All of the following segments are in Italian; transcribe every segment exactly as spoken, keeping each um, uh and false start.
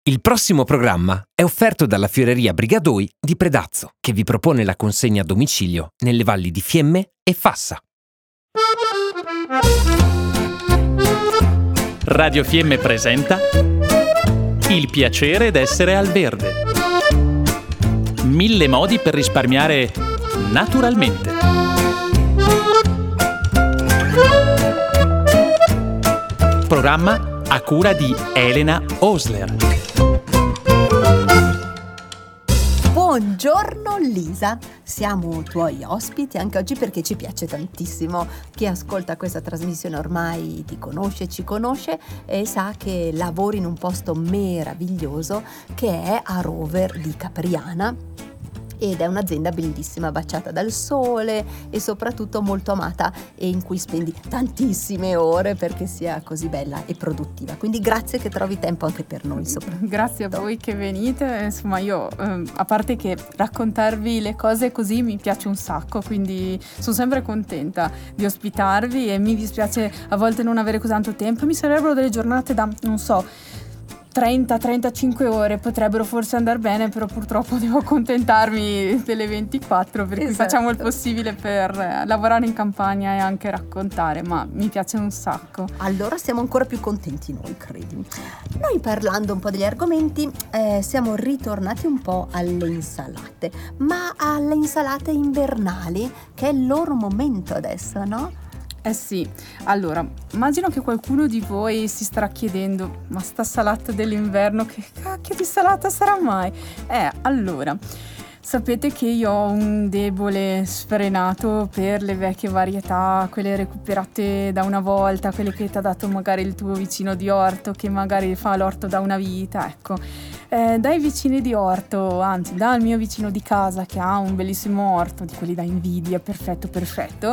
Il prossimo programma è offerto dalla Fioreria Brigadoi di Predazzo, che vi propone la consegna a domicilio nelle valli di Fiemme e Fassa. Radio Fiemme presenta Il piacere d'essere al verde. Mille modi per risparmiare naturalmente. Programma a cura di Elena Osler. Buongiorno Lisa, siamo tuoi ospiti anche oggi perché ci piace tantissimo. Chi ascolta questa trasmissione ormai ti conosce, ci conosce e sa che lavori in un posto meraviglioso che è a Rover di Capriana. Ed è un'azienda bellissima, baciata dal sole e soprattutto molto amata e in cui spendi tantissime ore perché sia così bella e produttiva. Quindi grazie che trovi tempo anche per noi. Grazie a voi che venite. Insomma, io eh, a parte che raccontarvi le cose così mi piace un sacco, quindi sono sempre contenta di ospitarvi e mi dispiace a volte non avere così tanto tempo. Mi sarebbero delle giornate da, non so, trenta trentacinque ore, potrebbero forse andare bene, però purtroppo devo accontentarmi delle ventiquattro, per cui esatto. Facciamo il possibile per lavorare in campagna e anche raccontare, ma mi piace un sacco. Allora siamo ancora più contenti noi, credimi. Noi, parlando un po' degli argomenti, eh, siamo ritornati un po' alle insalate, ma alle insalate invernali, che è il loro momento adesso, no? Eh sì, allora, immagino che qualcuno di voi si starà chiedendo, ma sta salata dell'inverno, che cacchio di salata sarà mai? Eh, allora, sapete che io ho un debole sfrenato per le vecchie varietà, quelle recuperate da una volta, quelle che ti ha dato magari il tuo vicino di orto, che magari fa l'orto da una vita, ecco. Eh, dai vicini di orto, anzi dal mio vicino di casa che ha un bellissimo orto, di quelli da invidia, perfetto perfetto,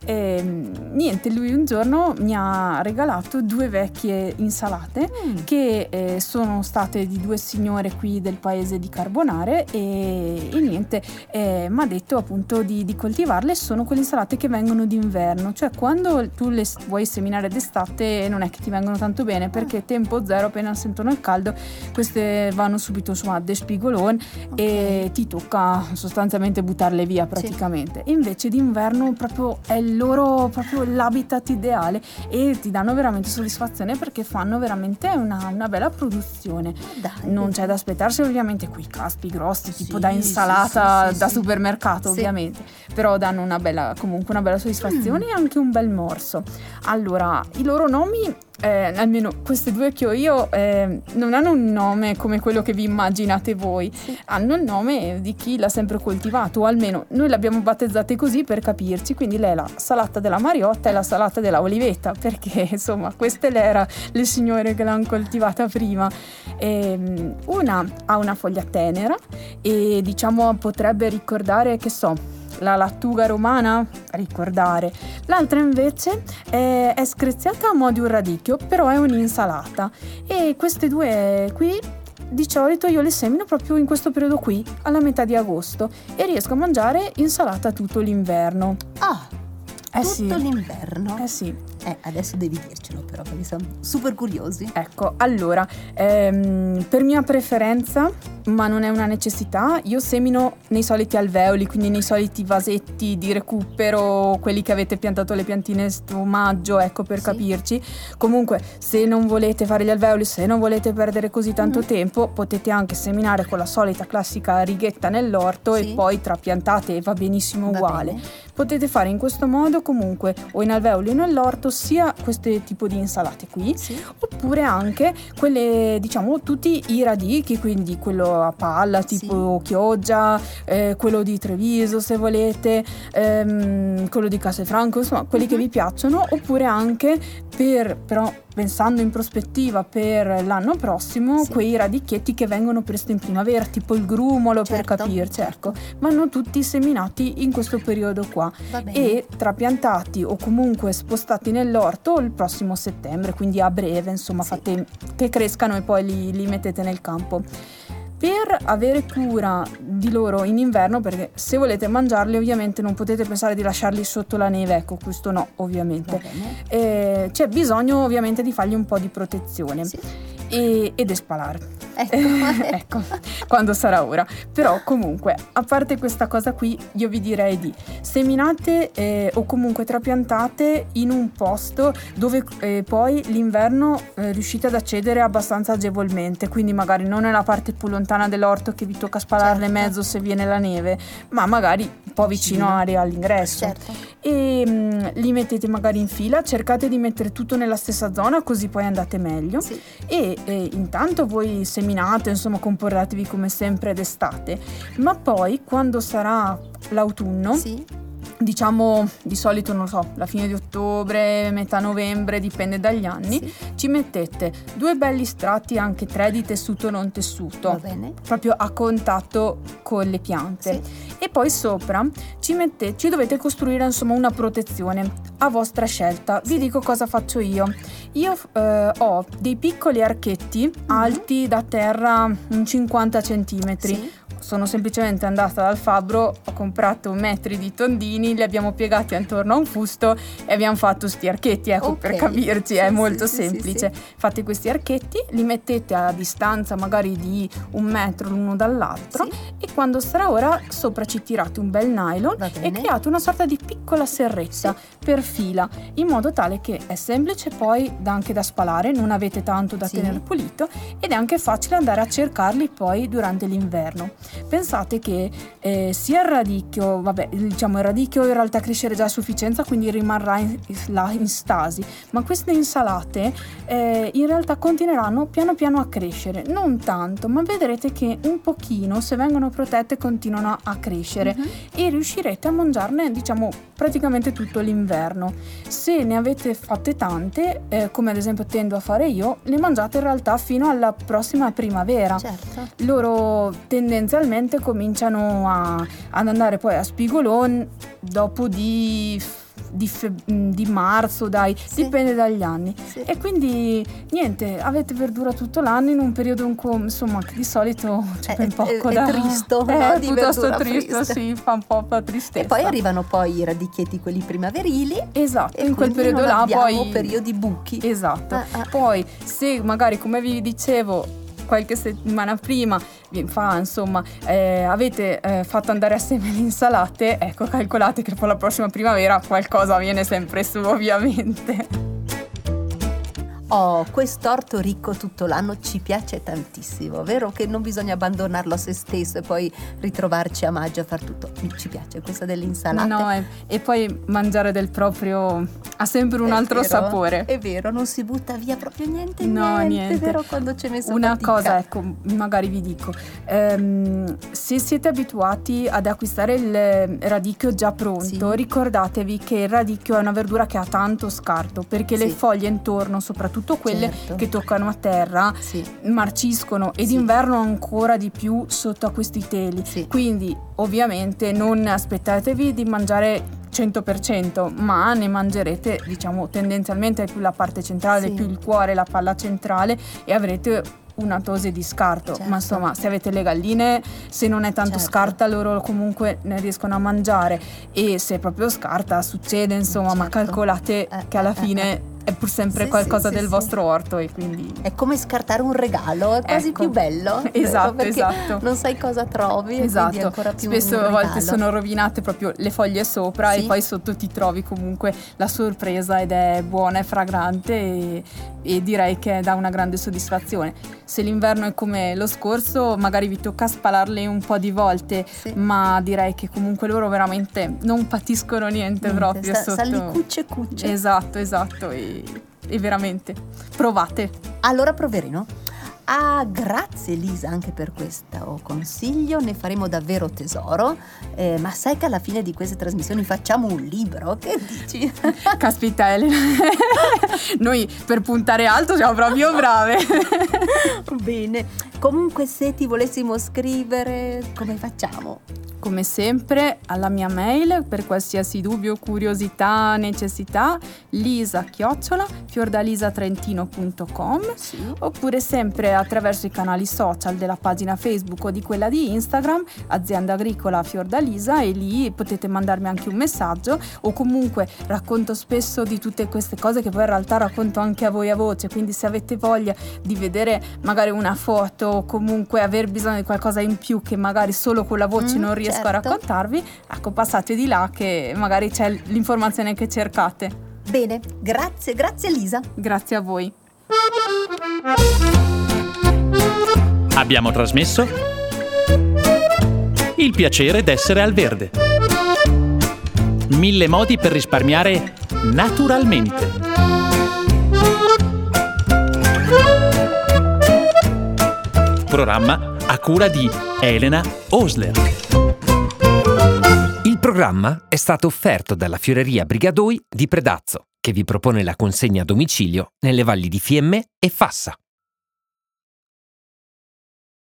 e, niente, lui un giorno mi ha regalato due vecchie insalate mm. che eh, sono state di due signore qui del paese di Carbonare e, e niente, eh, mi ha detto appunto di, di coltivarle. Sono quelle insalate che vengono d'inverno, cioè quando tu le vuoi seminare d'estate non è che ti vengono tanto bene, perché tempo zero, appena sentono il caldo queste vanno subito su a despigolone, okay. E ti tocca sostanzialmente buttarle via praticamente. Sì. Invece d'inverno proprio è il loro proprio l'habitat ideale e ti danno veramente soddisfazione perché fanno veramente una, una bella produzione. Dai, non c'è da aspettarsi ovviamente quei caspi grossi tipo sì, da insalata sì, sì, da sì, supermercato, sì. Ovviamente, però danno una bella, comunque una bella soddisfazione mm. e anche un bel morso. Allora, i loro nomi, Eh, almeno queste due che ho io, eh, non hanno un nome come quello che vi immaginate voi, sì. Hanno il nome di chi l'ha sempre coltivato, o almeno noi l'abbiamo battezzate così per capirci. Quindi lei è la salata della Mariotta e la salata della Olivetta, perché insomma queste le era le signore che l'hanno coltivata prima. E, una ha una foglia tenera e diciamo potrebbe ricordare, che so, la lattuga romana, ricordare. L'altra invece è, è screziata a mo' di un radicchio, però è un'insalata. E queste due qui di solito io le semino proprio in questo periodo qui, alla metà di agosto, e riesco a mangiare insalata tutto l'inverno. Ah, eh tutto sì. l'inverno? Eh sì. Eh, adesso devi dircelo però, perché siamo super curiosi. Ecco, allora, ehm, per mia preferenza, ma non è una necessità, io semino nei soliti alveoli, quindi nei soliti vasetti di recupero, quelli che avete piantato le piantine sto maggio, ecco, per sì. capirci. Comunque, se non volete fare gli alveoli, se non volete perdere così tanto mm-hmm. tempo, potete anche seminare con la solita classica righetta nell'orto sì. e poi trapiantate e va benissimo va uguale. Bene. Potete fare in questo modo comunque o in alveoli o nell'orto sia questo tipo di insalate qui, sì. oppure anche quelle, diciamo, tutti i radichi, quindi quello a palla tipo sì. Chioggia, eh, quello di Treviso se volete, ehm, quello di Castelfranco, insomma quelli mm-hmm. che vi piacciono, oppure anche per, però pensando in prospettiva per l'anno prossimo, sì. quei radicchietti che vengono presto in primavera, tipo il grumolo, certo. per capirci, ecco, vanno tutti seminati in questo periodo qua e trapiantati o comunque spostati nell'orto il prossimo settembre, quindi a breve, insomma, sì. fate che crescano e poi li, li mettete nel campo. Per avere cura di loro in inverno, perché se volete mangiarli ovviamente non potete pensare di lasciarli sotto la neve, ecco, questo no, ovviamente. Eh, c'è bisogno ovviamente di fargli un po' di protezione, sì. e, ed espalare. Ecco, ecco, quando sarà ora. Però comunque, a parte questa cosa qui, io vi direi di seminate eh, o comunque trapiantate in un posto dove eh, poi l'inverno eh, riuscite ad accedere abbastanza agevolmente, quindi magari non nella parte più lontana dell'orto che vi tocca spalarle Certo. mezzo se viene la neve, ma magari un po' vicino Vicino. area all'ingresso. Certo. E mh, li mettete magari in fila, cercate di mettere tutto nella stessa zona così poi andate meglio. Sì. E eh, intanto voi seminate, insomma comportatevi come sempre d'estate, ma poi quando sarà l'autunno, Sì. diciamo di solito non so, la fine di ottobre, metà novembre, dipende dagli anni, Sì. ci mettete due belli strati, anche tre di tessuto non tessuto, Va bene. proprio a contatto con le piante. Sì. E poi sopra ci, mette, ci dovete costruire insomma una protezione a vostra scelta. Vi dico cosa faccio io. Io eh, ho dei piccoli archetti alti da terra un cinquanta centimetri. Sì. Sono semplicemente andata dal fabbro, ho comprato metri di tondini, li abbiamo piegati attorno a un fusto e abbiamo fatto sti archetti, ecco, Ok. per capirci, Sì, è sì, molto sì, sì, semplice. sì. Fate questi archetti, li mettete a distanza magari di un metro l'uno dall'altro Sì. e quando sarà ora sopra ci tirate un bel nylon Va e bene. create una sorta di piccola serretta per fila, in modo tale che è semplice poi da- anche da spalare, non avete tanto da Sì. tenere pulito ed è anche facile andare a cercarli poi durante l'inverno. Pensate che eh, sia il radicchio, vabbè, diciamo il radicchio in realtà crescerà già a sufficienza, quindi rimarrà in, là in stasi, ma queste insalate eh, in realtà continueranno piano piano a crescere, non tanto, ma vedrete che un pochino, se vengono protette, continuano a crescere Mhm. e riuscirete a mangiarne, diciamo, praticamente tutto l'inverno. Se ne avete fatte tante, eh, come ad esempio tendo a fare io, le mangiate in realtà fino alla prossima primavera. Certo. Loro tendenzialmente cominciano a, ad andare poi a spigolon dopo di, di, fe- di marzo, dai, Sì. dipende dagli anni. Sì. E quindi niente, avete verdura tutto l'anno in un periodo in cui insomma che di solito c'è È- ben poco è- è da tristo, è no? Di piuttosto verdura triste, fresca. sì, fa un po' la tristezza. E poi arrivano poi i radicchietti, quelli primaverili. Esatto, E in quel quindi periodo non là abbiamo poi periodi buchi. Esatto. Ah, ah. Poi se magari, come vi dicevo qualche settimana prima, vi fa insomma eh, avete eh, fatto andare assieme le insalate, ecco, calcolate che poi la prossima primavera qualcosa viene sempre su, ovviamente. Oh, quest'orto ricco tutto l'anno ci piace tantissimo, vero che non bisogna abbandonarlo a se stesso e poi ritrovarci a maggio a far tutto. Mi ci piace questa delle insalate. No, e, e poi mangiare del proprio ha sempre un È altro vero, sapore. È vero, non si butta via proprio niente, No, niente, niente. vero, quando ci hai messo Una fatica. cosa, ecco, magari vi dico, ehm, se siete abituati ad acquistare il radicchio già pronto, Sì. ricordatevi che il radicchio è una verdura che ha tanto scarto, perché le Sì. foglie intorno, soprattutto quelle Certo. che toccano a terra, Sì. marciscono e Sì. d'inverno ancora di più sotto a questi teli. Sì. Quindi ovviamente non aspettatevi di mangiare cento per cento, ma ne mangerete, diciamo, tendenzialmente più la parte centrale, Sì. più il cuore, la palla centrale, e avrete una dose di scarto. Certo. Ma insomma, se avete le galline, se non è tanto Certo. scarta, loro comunque ne riescono a mangiare, e se è proprio scarta succede, insomma, ma Certo. calcolate Eh, che alla eh, fine eh. è pur sempre Sì, qualcosa sì, del sì, vostro orto, e quindi È come scartare un regalo, è quasi Ecco. più bello. Esatto, perché esatto. non sai cosa trovi e quindi è esatto, ancora più spesso un a volte regalo. sono rovinate proprio le foglie sopra, Sì. e poi sotto ti trovi comunque la sorpresa ed è buona e fragrante, e, e direi che dà una grande soddisfazione. Se l'inverno è come lo scorso, magari vi tocca spalarle un po' di volte, Sì. ma direi che comunque loro veramente non patiscono niente, Niente, proprio sta- sotto. sta lì cucce cucce. Esatto, esatto, e, e veramente provate. Allora proveremo. Ah, grazie Lisa anche per questo consiglio, ne faremo davvero tesoro. Eh, ma sai che alla fine di queste trasmissioni facciamo un libro? Che dici? Caspita Elena, noi per puntare alto siamo proprio brave. Bene. Comunque, se ti volessimo scrivere, come facciamo? come sempre alla mia mail per qualsiasi dubbio, curiosità, necessità, lisa chiocciola fiordalisatrentino punto com, Sì. oppure sempre attraverso i canali social della pagina Facebook o di quella di Instagram, Azienda Agricola Fiordalisa, e lì potete mandarmi anche un messaggio, o comunque racconto spesso di tutte queste cose che poi in realtà racconto anche a voi a voce, quindi se avete voglia di vedere magari una foto o comunque aver bisogno di qualcosa in più che magari solo con la voce Mm, non riesco a certo. raccontarvi, ecco, passate di là che magari c'è l'informazione che cercate. Bene, grazie, grazie Lisa. Grazie a voi. Abbiamo trasmesso Il piacere d'essere al verde. Mille modi per risparmiare naturalmente. Programma a cura di Elena Osler. Il programma è stato offerto dalla Fioreria Brigadoi di Predazzo, che vi propone la consegna a domicilio nelle valli di Fiemme e Fassa.